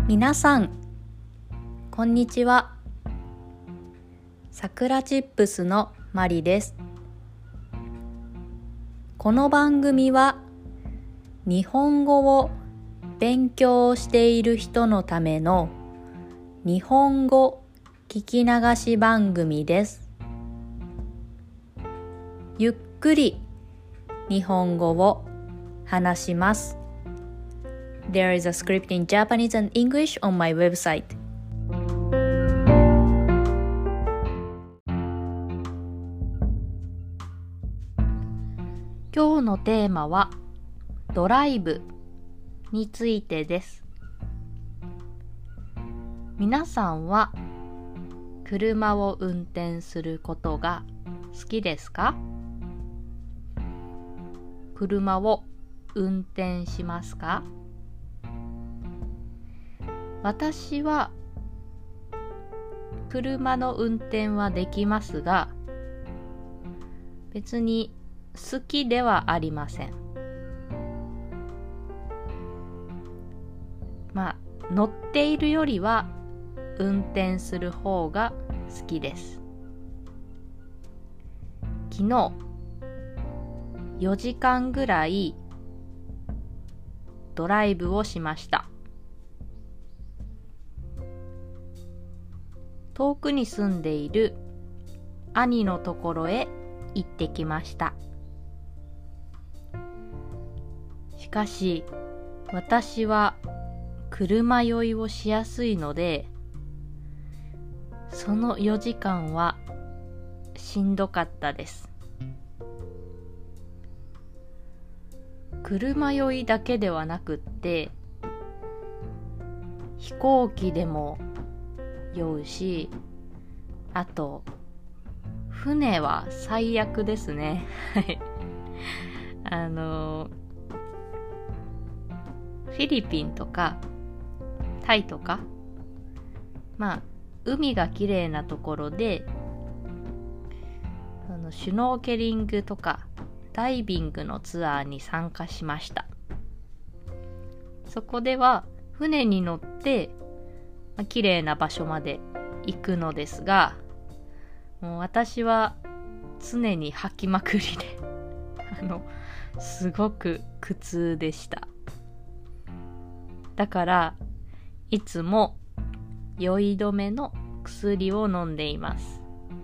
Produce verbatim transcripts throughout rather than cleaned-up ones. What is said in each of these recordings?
皆さんこんにちは。さくらチップスのマリです。この番組は日本語を勉強している人のための日本語聞き流し番組です。ゆっくり日本語を話します。There is a script in Japanese and English on my website. 今日のテーマはドライブについてです。皆さんは車を運転することが好きですか？車を運転しますか？私は車の運転はできますが、別に好きではありません。まあ、乗っているよりは運転する方が好きです。昨日よじかんぐらいドライブをしました。遠くに住んでいる兄のところへ行ってきました。しかし私は車酔いをしやすいので、そのよじかんはしんどかったです。車酔いだけではなくって、飛行機でも酔うし、あと船は最悪ですね。あのフィリピンとかタイとか、まあ海がきれいなところで、あのシュノーケリングとかダイビングのツアーに参加しました。そこでは船に乗ってまあ、綺麗な場所まで行くのですが、もう私は常に吐きまくりであのすごく苦痛でした。だからいつも酔い止めの薬を飲んでいます。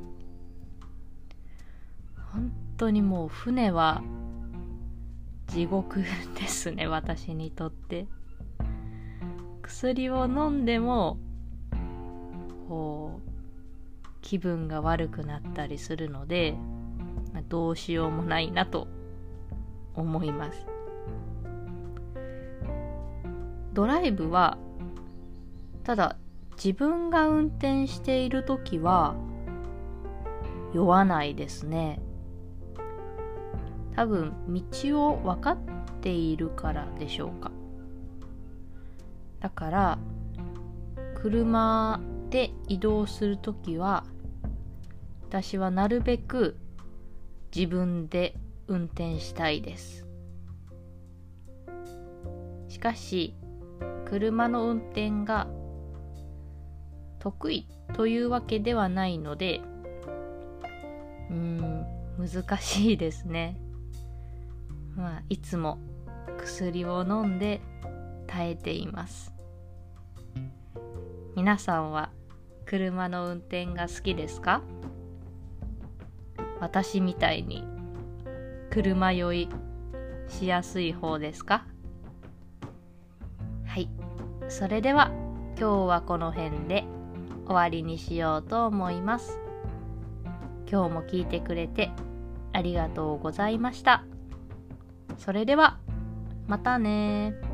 本当にもう船は地獄ですね、私にとって。薬を飲んでもこう気分が悪くなったりするので、まあ、どうしようもないなと思います。ドライブはただ自分が運転しているときは酔わないですね。多分道を分かっているからでしょうか。だから車で移動するときは私はなるべく自分で運転したいです。しかし車の運転が得意というわけではないので、うーん難しいですね。まあいつも薬を飲んで耐えています。皆さんは車の運転が好きですか？私みたいに車酔いしやすい方ですか？はい、それでは今日はこの辺で終わりにしようと思います。今日も聞いてくれてありがとうございました。それではまたね。